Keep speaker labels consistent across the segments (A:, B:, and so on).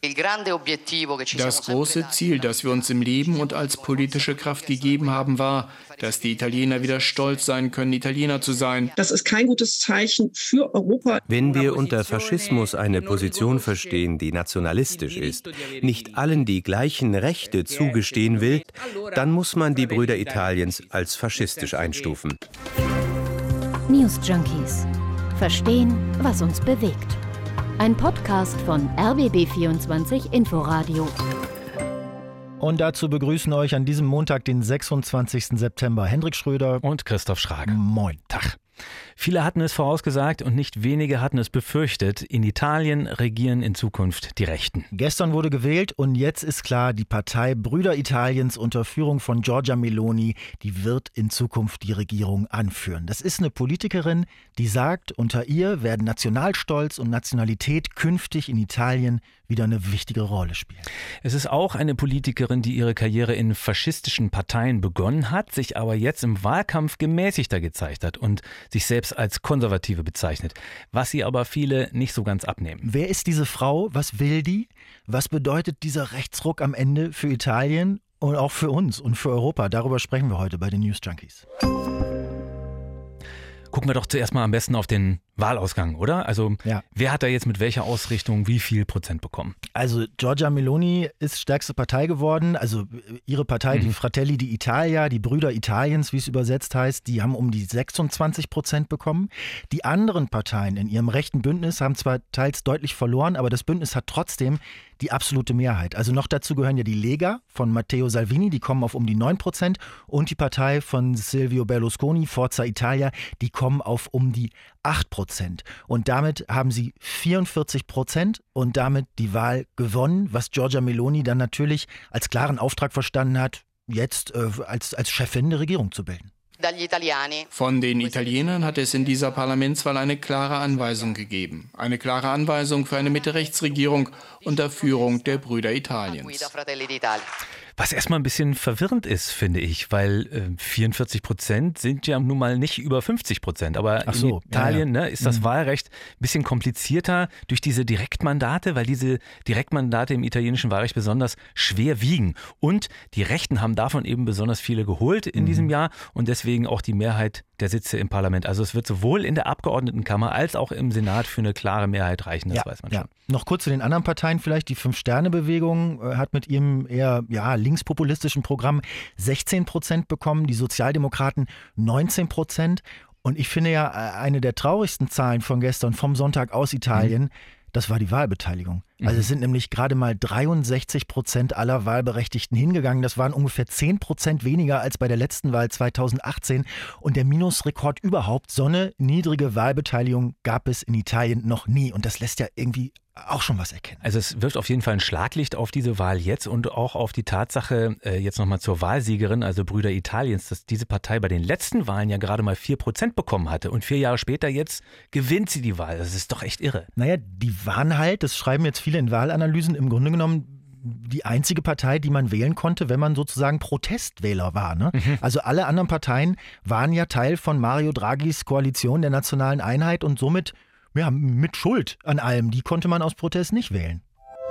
A: Das große Ziel, das wir uns im Leben und als politische Kraft gegeben haben, war, dass die Italiener wieder stolz sein können, Italiener zu sein.
B: Das ist kein gutes Zeichen für Europa.
C: Wenn wir unter Faschismus eine Position verstehen, die nationalistisch ist, nicht allen die gleichen Rechte zugestehen will, dann muss man die Brüder Italiens als faschistisch einstufen.
D: News Junkies. Verstehen, was uns bewegt. Ein Podcast von RBB24 Inforadio.
E: Und dazu begrüßen euch an diesem Montag, den 26. September, Hendrik Schröder
F: und Christoph Schrage.
E: Moin.
F: Tag. Viele hatten es vorausgesagt und nicht wenige hatten es befürchtet. In Italien regieren in Zukunft die Rechten.
E: Gestern wurde gewählt und jetzt ist klar, die Partei Brüder Italiens unter Führung von Giorgia Meloni, die wird in Zukunft die Regierung anführen. Das ist eine Politikerin, die sagt, unter ihr werden Nationalstolz und Nationalität künftig in Italien wieder eine wichtige Rolle spielen.
F: Es ist auch eine Politikerin, die ihre Karriere in faschistischen Parteien begonnen hat, sich aber jetzt im Wahlkampf gemäßigter gezeigt hat und sich selbst als Konservative bezeichnet, was sie aber viele nicht so ganz abnehmen.
E: Wer ist diese Frau? Was will die? Was bedeutet dieser Rechtsruck am Ende für Italien und auch für uns und für Europa? Darüber sprechen wir heute bei den News Junkies.
F: Gucken wir doch zuerst mal am besten auf den Wahlausgang, oder? Also Wer hat da jetzt mit welcher Ausrichtung wie viel Prozent bekommen?
E: Also Giorgia Meloni ist stärkste Partei geworden. Also ihre Partei, die Fratelli d'Italia, die Brüder Italiens, wie es übersetzt heißt, die haben um die 26% bekommen. Die anderen Parteien in ihrem rechten Bündnis haben zwar teils deutlich verloren, aber das Bündnis hat trotzdem die absolute Mehrheit. Also noch dazu gehören ja die Lega von Matteo Salvini, die kommen auf um die 9%, und die Partei von Silvio Berlusconi, Forza Italia, die kommen auf um die 8%. Und damit haben sie 44% und damit die Wahl gewonnen, was Giorgia Meloni dann natürlich als klaren Auftrag verstanden hat, jetzt als Chefin der Regierung zu bilden.
A: Von den Italienern hat es in dieser Parlamentswahl eine klare Anweisung gegeben. Eine klare Anweisung für eine Mitte-Rechts-Regierung unter Führung der Brüder Italiens.
F: Was erstmal ein bisschen verwirrend ist, finde ich, weil 44% sind ja nun mal nicht über 50%. Aber in Italien ist das Wahlrecht ein bisschen komplizierter durch diese Direktmandate, weil diese Direktmandate im italienischen Wahlrecht besonders schwer wiegen. Und die Rechten haben davon eben besonders viele geholt in diesem Jahr und deswegen auch die Mehrheit der Sitze im Parlament. Also es wird sowohl in der Abgeordnetenkammer als auch im Senat für eine klare Mehrheit reichen, das weiß man schon.
E: Noch kurz zu den anderen Parteien vielleicht. Die Fünf-Sterne-Bewegung hat mit ihrem eher linkspopulistischen Programm 16% bekommen, die Sozialdemokraten 19%. Und ich finde ja, eine der traurigsten Zahlen von gestern, vom Sonntag aus Italien, das war die Wahlbeteiligung. Also es sind nämlich gerade mal 63% aller Wahlberechtigten hingegangen. Das waren ungefähr 10% weniger als bei der letzten Wahl 2018. Und der Minusrekord überhaupt, so eine niedrige Wahlbeteiligung gab es in Italien noch nie. Und das lässt ja irgendwie auch schon was erkennen.
F: Also es wirft auf jeden Fall ein Schlaglicht auf diese Wahl jetzt und auch auf die Tatsache, jetzt nochmal zur Wahlsiegerin, also Brüder Italiens, dass diese Partei bei den letzten Wahlen ja gerade mal 4% bekommen hatte und 4 Jahre später jetzt gewinnt sie die Wahl. Das ist doch echt irre.
E: Naja, die waren halt, das schreiben jetzt viele in Wahlanalysen, im Grunde genommen die einzige Partei, die man wählen konnte, wenn man sozusagen Protestwähler war. Ne? Also alle anderen Parteien waren ja Teil von Mario Draghis Koalition der Nationalen Einheit und somit mit Schuld an allem. Die konnte man aus Protest nicht wählen.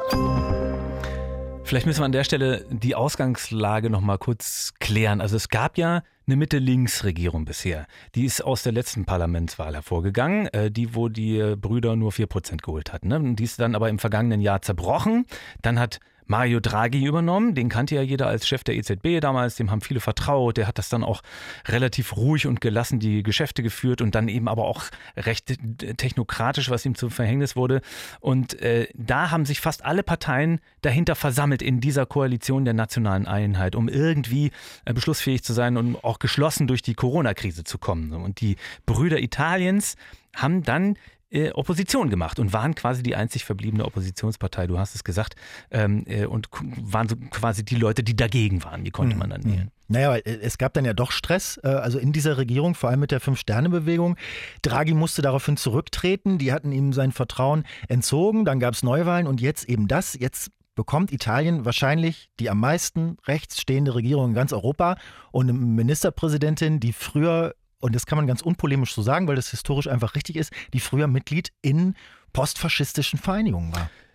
F: Vielleicht müssen wir an der Stelle die Ausgangslage noch mal kurz klären. Also es gab ja eine Mitte-Links-Regierung bisher. Die ist aus der letzten Parlamentswahl hervorgegangen, wo die Brüder nur 4% geholt hatten. Ne? Die ist dann aber im vergangenen Jahr zerbrochen. Dann hat Mario Draghi übernommen, den kannte ja jeder als Chef der EZB damals, dem haben viele vertraut, der hat das dann auch relativ ruhig und gelassen die Geschäfte geführt und dann eben aber auch recht technokratisch, was ihm zum Verhängnis wurde. Und da haben sich fast alle Parteien dahinter versammelt in dieser Koalition der nationalen Einheit, um irgendwie beschlussfähig zu sein und auch geschlossen durch die Corona-Krise zu kommen. Und die Brüder Italiens haben dann Opposition gemacht und waren quasi die einzig verbliebene Oppositionspartei, du hast es gesagt, und waren so quasi die Leute, die dagegen waren. Die konnte man dann wählen.
E: Naja, es gab dann ja doch Stress, also in dieser Regierung, vor allem mit der Fünf-Sterne-Bewegung. Draghi musste daraufhin zurücktreten, die hatten ihm sein Vertrauen entzogen, dann gab es Neuwahlen und jetzt eben das. Jetzt bekommt Italien wahrscheinlich die am meisten rechts stehende Regierung in ganz Europa und eine Ministerpräsidentin, die früher, und das kann man ganz unpolemisch so sagen, weil das historisch einfach richtig ist, die früher Mitglied in postfaschistischen Vereinigungen war.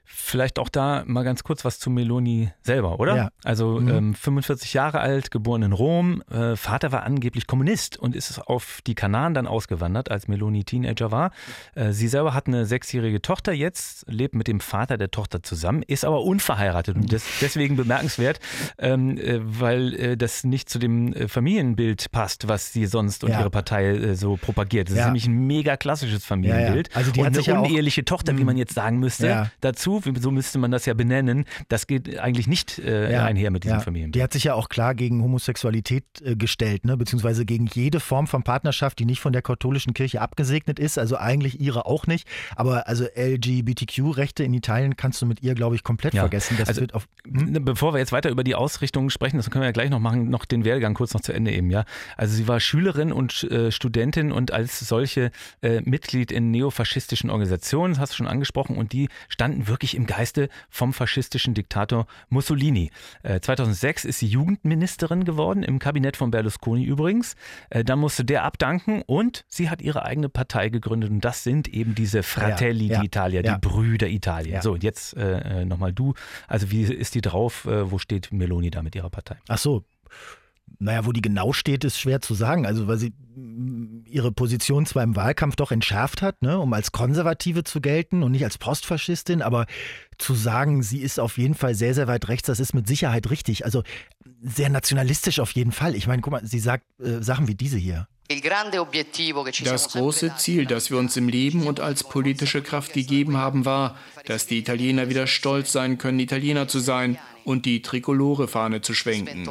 F: Vielleicht auch da mal ganz kurz was zu Meloni selber, oder?
E: Ja.
F: Also 45 Jahre alt, geboren in Rom. Vater war angeblich Kommunist und ist auf die Kanaren dann ausgewandert, als Meloni Teenager war. Sie selber hat eine 6-jährige Tochter jetzt, lebt mit dem Vater der Tochter zusammen, ist aber unverheiratet. Und deswegen bemerkenswert, weil das nicht zu dem Familienbild passt, was sie sonst und ihre Partei so propagiert. Das ist nämlich ein mega klassisches Familienbild.
E: Also die
F: und
E: hat
F: eine uneheliche Tochter, wie man jetzt sagen müsste, dazu. So müsste man das ja benennen. Das geht eigentlich nicht einher mit diesem Familienbild.
E: Die hat sich ja auch klar gegen Homosexualität gestellt, ne? Beziehungsweise gegen jede Form von Partnerschaft, die nicht von der katholischen Kirche abgesegnet ist. Also eigentlich ihre auch nicht. Aber also LGBTQ-Rechte in Italien kannst du mit ihr, glaube ich, komplett vergessen. Das wird
F: bevor wir jetzt weiter über die Ausrichtungen sprechen, das können wir ja gleich noch machen, noch den Werdegang kurz noch zu Ende eben. Ja. Also sie war Schülerin und Studentin und als solche Mitglied in neofaschistischen Organisationen, das hast du schon angesprochen, und die standen wirklich im Geiste vom faschistischen Diktator Mussolini. 2006 ist sie Jugendministerin geworden, im Kabinett von Berlusconi übrigens. Dann musste der abdanken und sie hat ihre eigene Partei gegründet und das sind eben diese Fratelli d'Italia, die Brüder Italien. Ja. So, und jetzt nochmal du. Also wie ist die drauf? Wo steht Meloni da mit ihrer Partei?
E: Ach so. Naja, wo die genau steht, ist schwer zu sagen. Also weil sie ihre Position zwar im Wahlkampf doch entschärft hat, ne, um als Konservative zu gelten und nicht als Postfaschistin, aber zu sagen, sie ist auf jeden Fall sehr, sehr weit rechts, das ist mit Sicherheit richtig. Also sehr nationalistisch auf jeden Fall. Ich meine, guck mal, sie sagt Sachen wie diese hier.
A: Das große Ziel, das wir uns im Leben und als politische Kraft gegeben haben, war, dass die Italiener wieder stolz sein können, Italiener zu sein und die Trikolore-Fahne zu schwenken.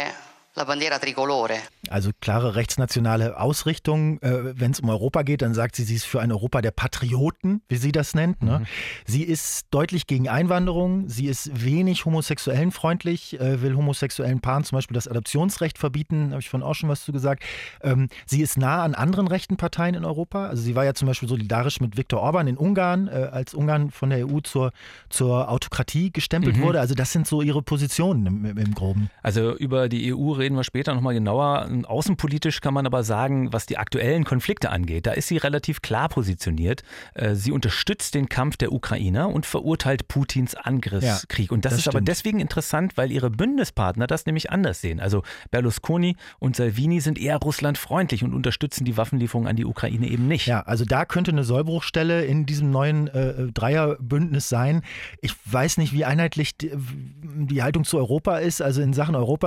E: Also klare rechtsnationale Ausrichtung. Wenn es um Europa geht, dann sagt sie, sie ist für ein Europa der Patrioten, wie sie das nennt. Ne? Sie ist deutlich gegen Einwanderung. Sie ist wenig homosexuellenfreundlich, will homosexuellen Paaren zum Beispiel das Adoptionsrecht verbieten. Habe ich vorhin auch schon was zu gesagt. Sie ist nah an anderen rechten Parteien in Europa. Also sie war ja zum Beispiel solidarisch mit Viktor Orban in Ungarn, als Ungarn von der EU zur Autokratie gestempelt wurde. Also das sind so ihre Positionen im Groben.
F: Also über die EU reden wir später nochmal genauer. Außenpolitisch kann man aber sagen, was die aktuellen Konflikte angeht, da ist sie relativ klar positioniert. Sie unterstützt den Kampf der Ukrainer und verurteilt Putins Angriffskrieg. Und das ist aber deswegen interessant, weil ihre Bündnispartner das nämlich anders sehen. Also Berlusconi und Salvini sind eher russlandfreundlich und unterstützen die Waffenlieferungen an die Ukraine eben nicht.
E: Ja, also da könnte eine Sollbruchstelle in diesem neuen Dreierbündnis sein. Ich weiß nicht, wie einheitlich die Haltung zu Europa ist. Also in Sachen Europa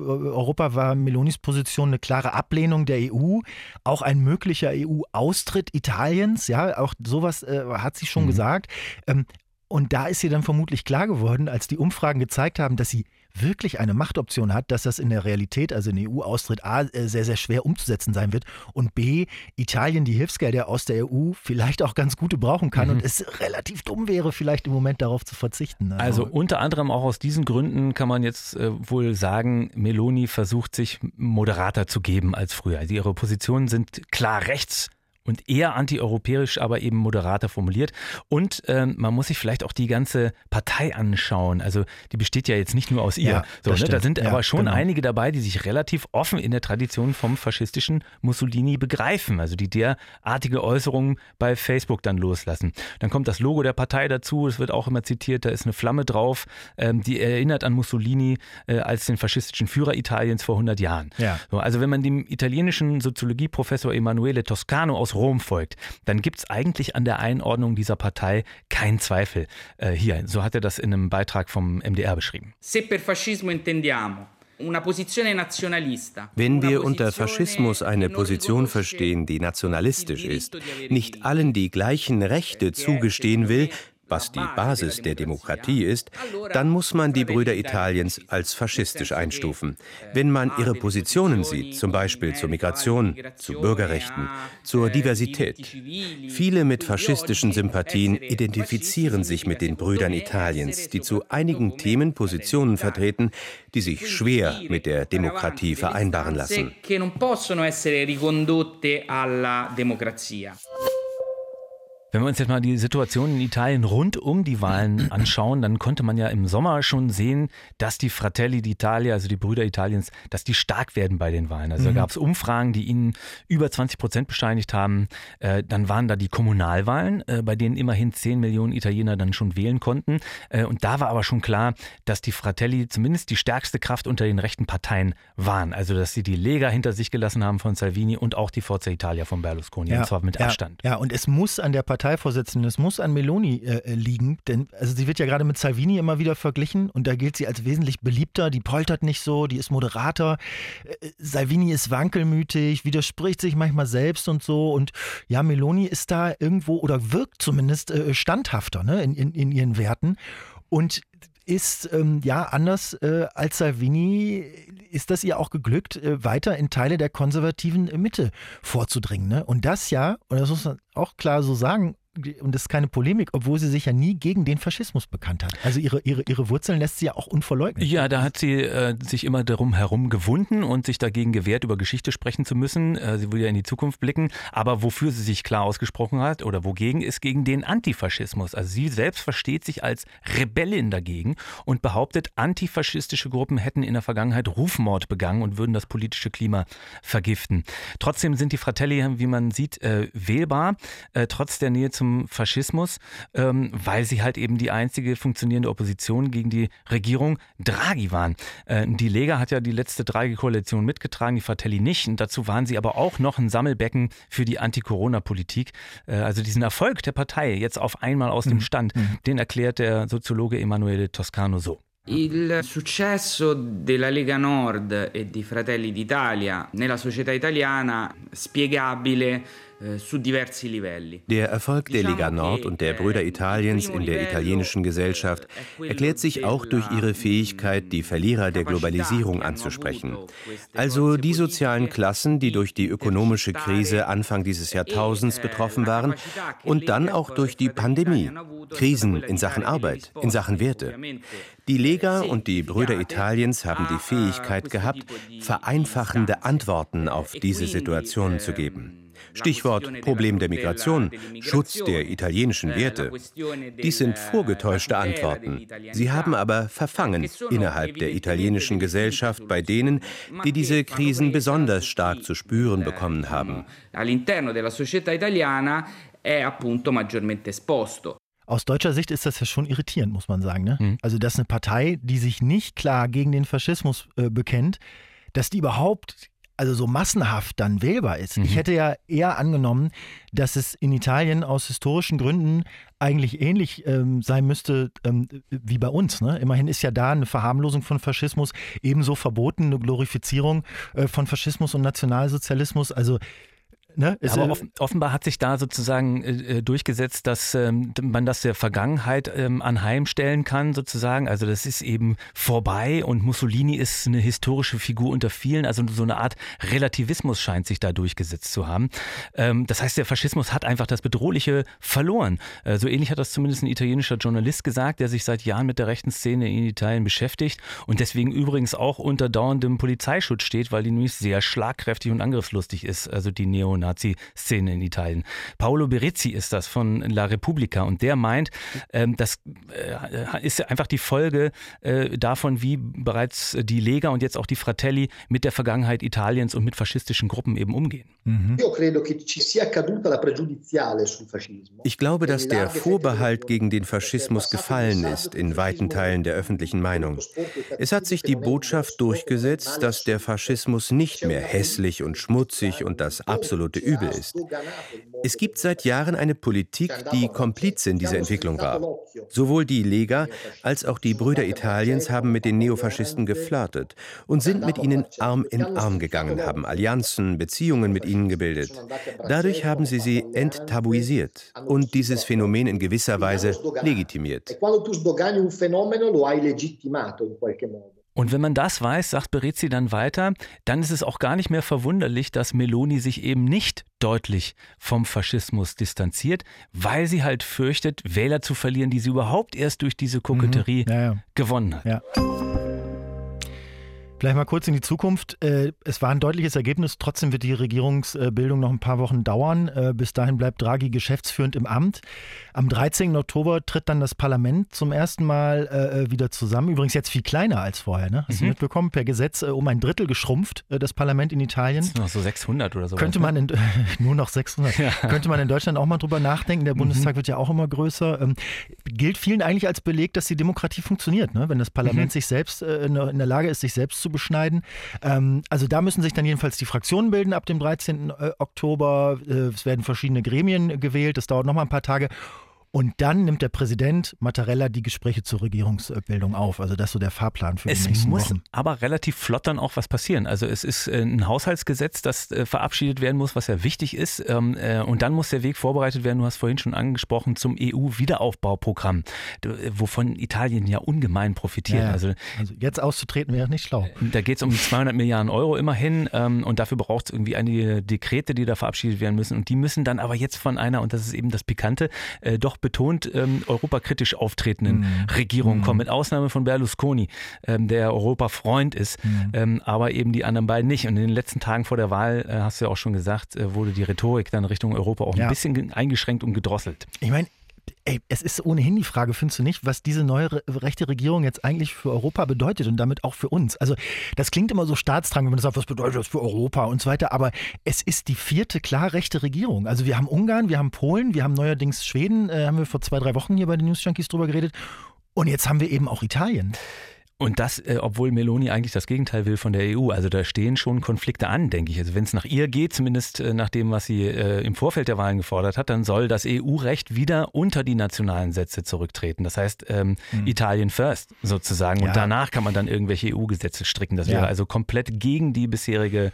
E: war Melonis Position eine klare Ablehnung der EU, auch ein möglicher EU-Austritt Italiens, ja, auch sowas hat sie schon gesagt. Und da ist ihr dann vermutlich klar geworden, als die Umfragen gezeigt haben, dass sie wirklich eine Machtoption hat, dass das in der Realität, also in EU-Austritt A, sehr, sehr schwer umzusetzen sein wird und B, Italien die Hilfsgelder aus der EU vielleicht auch ganz gut gebrauchen kann und es relativ dumm wäre, vielleicht im Moment darauf zu verzichten.
F: Also unter anderem auch aus diesen Gründen kann man jetzt wohl sagen, Meloni versucht sich moderater zu geben als früher. Also ihre Positionen sind klar rechts und eher antieuropäisch, aber eben moderater formuliert. Und man muss sich vielleicht auch die ganze Partei anschauen. Also die besteht ja jetzt nicht nur aus ihr. Da sind aber schon einige dabei, die sich relativ offen in der Tradition vom faschistischen Mussolini begreifen. Also die derartige Äußerungen bei Facebook dann loslassen. Dann kommt das Logo der Partei dazu. Es wird auch immer zitiert, da ist eine Flamme drauf. Die erinnert an Mussolini als den faschistischen Führer Italiens vor 100 Jahren. Ja. So, also wenn man dem italienischen Soziologieprofessor Emanuele Toscano aus Rom folgt, dann gibt es eigentlich an der Einordnung dieser Partei keinen Zweifel. Hier, so hat er das in einem Beitrag vom MDR beschrieben.
C: Wenn wir unter Faschismus eine Position verstehen, die nationalistisch ist, nicht allen die gleichen Rechte zugestehen will, was die Basis der Demokratie ist, dann muss man die Brüder Italiens als faschistisch einstufen. Wenn man ihre Positionen sieht, zum Beispiel zur Migration, zu Bürgerrechten, zur Diversität. Viele mit faschistischen Sympathien identifizieren sich mit den Brüdern Italiens, die zu einigen Themen Positionen vertreten, die sich schwer mit der Demokratie vereinbaren lassen.
F: Wenn wir uns jetzt mal die Situation in Italien rund um die Wahlen anschauen, dann konnte man ja im Sommer schon sehen, dass die Fratelli d'Italia, also die Brüder Italiens, dass die stark werden bei den Wahlen. Also da gab es Umfragen, die ihnen über 20% bescheinigt haben. Dann waren da die Kommunalwahlen, bei denen immerhin 10 Millionen Italiener dann schon wählen konnten. Und da war aber schon klar, dass die Fratelli zumindest die stärkste Kraft unter den rechten Parteien waren. Also dass sie die Lega hinter sich gelassen haben von Salvini und auch die Forza Italia von Berlusconi, und zwar mit Abstand.
E: Ja, und es muss an der Parteivorsitzenden, es muss an Meloni liegen, denn also sie wird ja gerade mit Salvini immer wieder verglichen und da gilt sie als wesentlich beliebter, die poltert nicht so, die ist moderater. Salvini ist wankelmütig, widerspricht sich manchmal selbst und so, und ja, Meloni ist da irgendwo oder wirkt zumindest standhafter, ne, in ihren Werten, und ist anders als Salvini, ist das ihr auch geglückt, weiter in Teile der konservativen Mitte vorzudringen. Ne? Und das ja, und das muss man auch klar so sagen, und das ist keine Polemik, obwohl sie sich ja nie gegen den Faschismus bekannt hat. Also ihre Wurzeln lässt sie ja auch unverleugnet. Ja,
F: da hat sie sich immer darum herum gewunden und sich dagegen gewehrt, über Geschichte sprechen zu müssen. Sie will ja in die Zukunft blicken. Aber wofür sie sich klar ausgesprochen hat oder wogegen, ist gegen den Antifaschismus. Also sie selbst versteht sich als Rebellin dagegen und behauptet, antifaschistische Gruppen hätten in der Vergangenheit Rufmord begangen und würden das politische Klima vergiften. Trotzdem sind die Fratelli, wie man sieht, wählbar, trotz der Nähe zum Faschismus, weil sie halt eben die einzige funktionierende Opposition gegen die Regierung Draghi waren. Die Lega hat ja die letzte Draghi-Koalition mitgetragen, die Fratelli nicht. Und dazu waren sie aber auch noch ein Sammelbecken für die Anti-Corona-Politik. Also diesen Erfolg der Partei jetzt auf einmal aus dem Stand, den erklärt der Soziologe Emanuele Toscano so.
G: Il successo della Lega Nord e di Fratelli d'Italia nella società italiana spiegabile su diversi livelli.
C: Der Erfolg der Lega Nord und der Brüder Italiens in der italienischen Gesellschaft erklärt sich auch durch ihre Fähigkeit, die Verlierer der Globalisierung anzusprechen. Also die sozialen Klassen, die durch die ökonomische Krise Anfang dieses Jahrtausends betroffen waren, und dann auch durch die Pandemie. Krisen in Sachen Arbeit, in Sachen Werte. Die Lega und die Brüder Italiens haben die Fähigkeit gehabt, vereinfachende Antworten auf diese Situationen zu geben. Stichwort Problem der Migration, Schutz der italienischen Werte. Dies sind vorgetäuschte Antworten. Sie haben aber verfangen innerhalb der italienischen Gesellschaft bei denen, die diese Krisen besonders stark zu spüren bekommen haben.
G: All'interno della società italiana è appunto maggiormente esposto.
E: Aus deutscher Sicht ist das ja schon irritierend, muss man sagen. Ne? Also, dass eine Partei, die sich nicht klar gegen den Faschismus bekennt, dass die überhaupt so massenhaft dann wählbar ist. Ich hätte ja eher angenommen, dass es in Italien aus historischen Gründen eigentlich ähnlich sein müsste wie bei uns. Ne? Immerhin ist ja da eine Verharmlosung von Faschismus ebenso verboten, eine Glorifizierung von Faschismus und Nationalsozialismus. Also ne?
F: Aber offenbar hat sich da sozusagen durchgesetzt, dass man das der Vergangenheit anheimstellen kann sozusagen. Also das ist eben vorbei und Mussolini ist eine historische Figur unter vielen. Also so eine Art Relativismus scheint sich da durchgesetzt zu haben. Das heißt, der Faschismus hat einfach das Bedrohliche verloren. So ähnlich hat das zumindest ein italienischer Journalist gesagt, der sich seit Jahren mit der rechten Szene in Italien beschäftigt und deswegen übrigens auch unter dauerndem Polizeischutz steht, weil die nämlich sehr schlagkräftig und angriffslustig ist, also die Neonazi-Szene in Italien. Paolo Berizzi ist das von La Repubblica und der meint, das ist einfach die Folge davon, wie bereits die Lega und jetzt auch die Fratelli mit der Vergangenheit Italiens und mit faschistischen Gruppen eben umgehen.
C: Ich glaube, dass der Vorbehalt gegen den Faschismus gefallen ist in weiten Teilen der öffentlichen Meinung. Es hat sich die Botschaft durchgesetzt, dass der Faschismus nicht mehr hässlich und schmutzig und das absolute Übel ist. Es gibt seit Jahren eine Politik, die Komplizin dieser Entwicklung war. Sowohl die Lega als auch die Brüder Italiens haben mit den Neofaschisten geflirtet und sind mit ihnen Arm in Arm gegangen, haben Allianzen, Beziehungen mit ihnen gebildet. Dadurch haben sie enttabuisiert und dieses Phänomen in gewisser Weise legitimiert.
F: Und wenn man das weiß, sagt Berizzi dann weiter, dann ist es auch gar nicht mehr verwunderlich, dass Meloni sich eben nicht deutlich vom Faschismus distanziert, weil sie halt fürchtet, Wähler zu verlieren, die sie überhaupt erst durch diese Koketterie gewonnen hat.
E: Ja. Vielleicht mal kurz in die Zukunft. Es war ein deutliches Ergebnis. Trotzdem wird die Regierungsbildung noch ein paar Wochen dauern. Bis dahin bleibt Draghi geschäftsführend im Amt. Am 13. Oktober tritt dann das Parlament zum ersten Mal wieder zusammen. Übrigens jetzt viel kleiner als vorher. Ne? Hast du mitbekommen? Per Gesetz um ein Drittel geschrumpft, das Parlament in Italien.
F: Das ist noch so 600 oder so.
E: Könnte man nur noch 600. Ja. Könnte man in Deutschland auch mal drüber nachdenken. Der Bundestag wird ja auch immer größer. Gilt vielen eigentlich als Beleg, dass die Demokratie funktioniert, ne? Wenn das Parlament sich selbst in der Lage ist, sich selbst zu beschneiden. Also da müssen sich dann jedenfalls die Fraktionen bilden ab dem 13. Oktober. Es werden verschiedene Gremien gewählt. Das dauert noch mal ein paar Tage. Und dann nimmt der Präsident Mattarella die Gespräche zur Regierungsbildung auf. Also das ist so der Fahrplan für die nächsten Wochen.
F: Es muss aber relativ flott dann auch was passieren. Also es ist ein Haushaltsgesetz, das verabschiedet werden muss, was ja wichtig ist. Und dann muss der Weg vorbereitet werden, du hast vorhin schon angesprochen, zum EU-Wiederaufbauprogramm, wovon Italien ja ungemein profitiert.
E: Ja, also jetzt auszutreten wäre nicht schlau.
F: Da geht es um 200 Milliarden Euro immerhin. Und dafür braucht es irgendwie einige Dekrete, die da verabschiedet werden müssen. Und die müssen dann aber jetzt von einer, und das ist eben das Pikante, doch betont europakritisch auftretenden Regierungen kommen, mit Ausnahme von Berlusconi, der Europafreund ist, aber eben die anderen beiden nicht. Und in den letzten Tagen vor der Wahl, hast du ja auch schon gesagt, wurde die Rhetorik dann Richtung Europa auch ein bisschen eingeschränkt und gedrosselt.
E: Ich meine, es ist ohnehin die Frage, findest du nicht, was diese neue rechte Regierung jetzt eigentlich für Europa bedeutet und damit auch für uns? Also das klingt immer so staatstragend, wenn man sagt, was bedeutet das für Europa und so weiter, aber es ist die 4. klar rechte Regierung. Also wir haben Ungarn, wir haben Polen, wir haben neuerdings Schweden, haben wir vor 2-3 Wochen hier bei den News Junkies drüber geredet, und jetzt haben wir eben auch Italien.
F: Und das, obwohl Meloni eigentlich das Gegenteil will von der EU. Also da stehen schon Konflikte an, denke ich. Also wenn es nach ihr geht, zumindest nach dem, was sie im Vorfeld der Wahlen gefordert hat, dann soll das EU-Recht wieder unter die nationalen Sätze zurücktreten. Das heißt, Italien first sozusagen. Und danach kann man dann irgendwelche EU-Gesetze stricken. Das wäre also komplett gegen die bisherige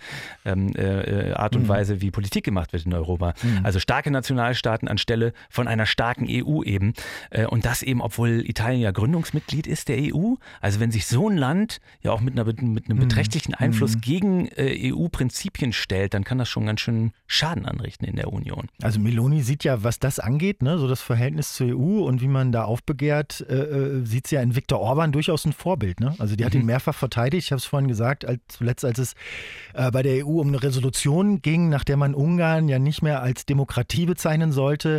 F: Art und Weise, wie Politik gemacht wird in Europa. Also starke Nationalstaaten anstelle von einer starken EU eben. Und das eben, obwohl Italien ja Gründungsmitglied ist der EU. Also wenn sich so ein Land ja auch mit einem beträchtlichen Einfluss gegen EU-Prinzipien stellt, dann kann das schon ganz schön Schaden anrichten in der Union.
E: Also Meloni sieht ja, was das angeht, ne, so das Verhältnis zur EU und wie man da aufbegehrt, sieht sie ja in Viktor Orban durchaus ein Vorbild. Ne? Also die hat ihn mehrfach verteidigt, ich habe es vorhin gesagt, zuletzt als es bei der EU um eine Resolution ging, nach der man Ungarn ja nicht mehr als Demokratie bezeichnen sollte,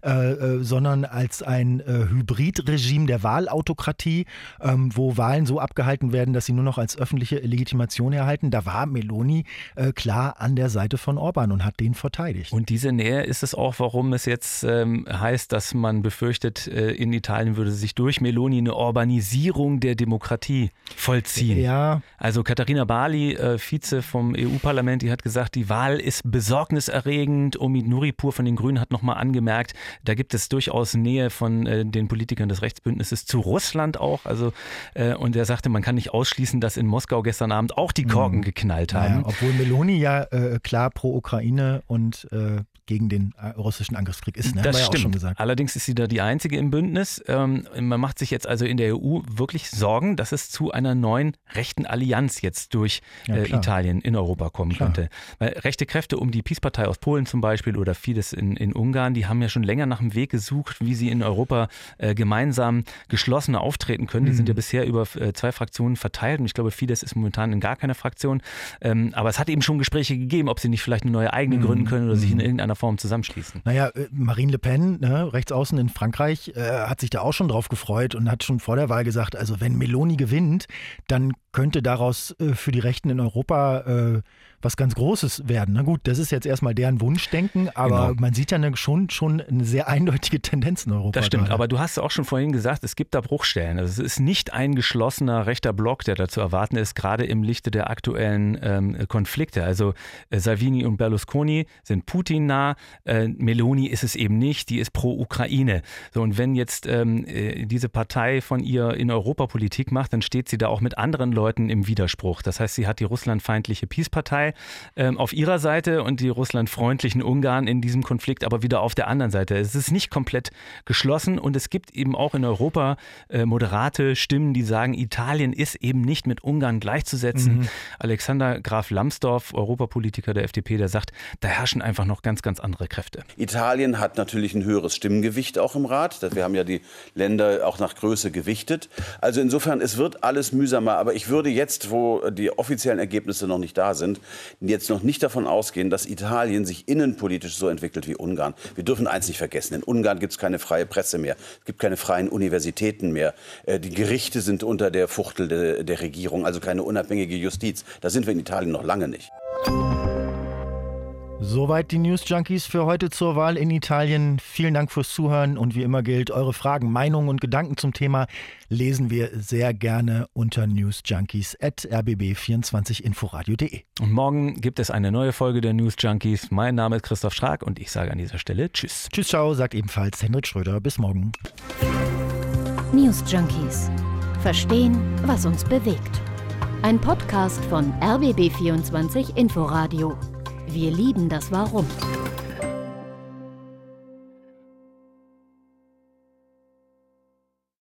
E: sondern als ein Hybridregime der Wahlautokratie, wo Wahlen so abgehalten werden, dass sie nur noch als öffentliche Legitimation erhalten. Da war Meloni klar an der Seite von Orban und hat den verteidigt.
F: Und diese Nähe ist es auch, warum es jetzt heißt, dass man befürchtet, in Italien würde sich durch Meloni eine Urbanisierung der Demokratie vollziehen.
E: Ja.
F: Also Katharina Barley, Vize vom EU-Parlament, die hat gesagt, die Wahl ist besorgniserregend. Omid Nuripur von den Grünen hat nochmal angemerkt, da gibt es durchaus Nähe von den Politikern des Rechtsbündnisses zu Russland auch. Also und er sagte, man kann nicht ausschließen, dass in Moskau gestern Abend auch die Korken geknallt haben.
E: Naja, obwohl Meloni ja klar pro Ukraine und gegen den russischen Angriffskrieg ist. Ne?
F: Das
E: stimmt.
F: Ja auch
E: schon gesagt.
F: Allerdings ist sie da die Einzige im Bündnis. Man macht sich jetzt also in der EU wirklich Sorgen, dass es zu einer neuen rechten Allianz jetzt durch Italien in Europa kommen könnte. Weil rechte Kräfte um die PiS-Partei aus Polen zum Beispiel oder Fidesz in Ungarn, die haben ja schon länger nach einem Weg gesucht, wie sie in Europa gemeinsam geschlossener auftreten können. Die sind ja bisher über 2 Fraktionen verteilt und ich glaube, Fidesz ist momentan in gar keiner Fraktion. Aber es hat eben schon Gespräche gegeben, ob sie nicht vielleicht eine neue eigene gründen können oder sich in irgendeiner Form zusammenschließen.
E: Naja, Marine Le Pen, ne, rechtsaußen in Frankreich, hat sich da auch schon drauf gefreut und hat schon vor der Wahl gesagt, also wenn Meloni gewinnt, dann könnte daraus für die Rechten in Europa was ganz Großes werden. Na gut, das ist jetzt erstmal deren Wunschdenken, aber man sieht ja schon eine sehr eindeutige Tendenz in Europa.
F: Das stimmt,
E: gerade.
F: Aber du hast auch schon vorhin gesagt, es gibt da Bruchstellen. Also es ist nicht ein geschlossener rechter Block, der da zu erwarten ist, gerade im Lichte der aktuellen Konflikte. Also Salvini und Berlusconi sind Putin nah, Meloni ist es eben nicht, die ist pro Ukraine. So, und wenn jetzt diese Partei von ihr in Europa Politik macht, dann steht sie da auch mit anderen Leuten im Widerspruch. Das heißt, sie hat die russlandfeindliche PiS-Partei auf ihrer Seite und die russlandfreundlichen Ungarn in diesem Konflikt aber wieder auf der anderen Seite. Es ist nicht komplett geschlossen und es gibt eben auch in Europa moderate Stimmen, die sagen, Italien ist eben nicht mit Ungarn gleichzusetzen. Alexander Graf Lambsdorff, Europapolitiker der FDP, der sagt, da herrschen einfach noch ganz, ganz andere Kräfte.
H: Italien hat natürlich ein höheres Stimmgewicht auch im Rat. Wir haben ja die Länder auch nach Größe gewichtet. Also insofern, es wird alles mühsamer. Aber ich würde jetzt, wo die offiziellen Ergebnisse noch nicht da sind, jetzt noch nicht davon ausgehen, dass Italien sich innenpolitisch so entwickelt wie Ungarn. Wir dürfen eins nicht vergessen, in Ungarn gibt es keine freie Presse mehr, es gibt keine freien Universitäten mehr, die Gerichte sind unter der Fuchtel der Regierung, also keine unabhängige Justiz. Da sind wir in Italien noch lange nicht.
E: Soweit die News Junkies für heute zur Wahl in Italien. Vielen Dank fürs Zuhören und wie immer gilt, eure Fragen, Meinungen und Gedanken zum Thema lesen wir sehr gerne unter newsjunkies@rbb24inforadio.de.
F: Und morgen gibt es eine neue Folge der News Junkies. Mein Name ist Christoph Schrag und ich sage an dieser Stelle Tschüss.
E: Tschüss, ciao, sagt ebenfalls Hendrik Schröder. Bis morgen.
D: News Junkies. Verstehen, was uns bewegt. Ein Podcast von RBB24 Inforadio. Wir lieben das Warum.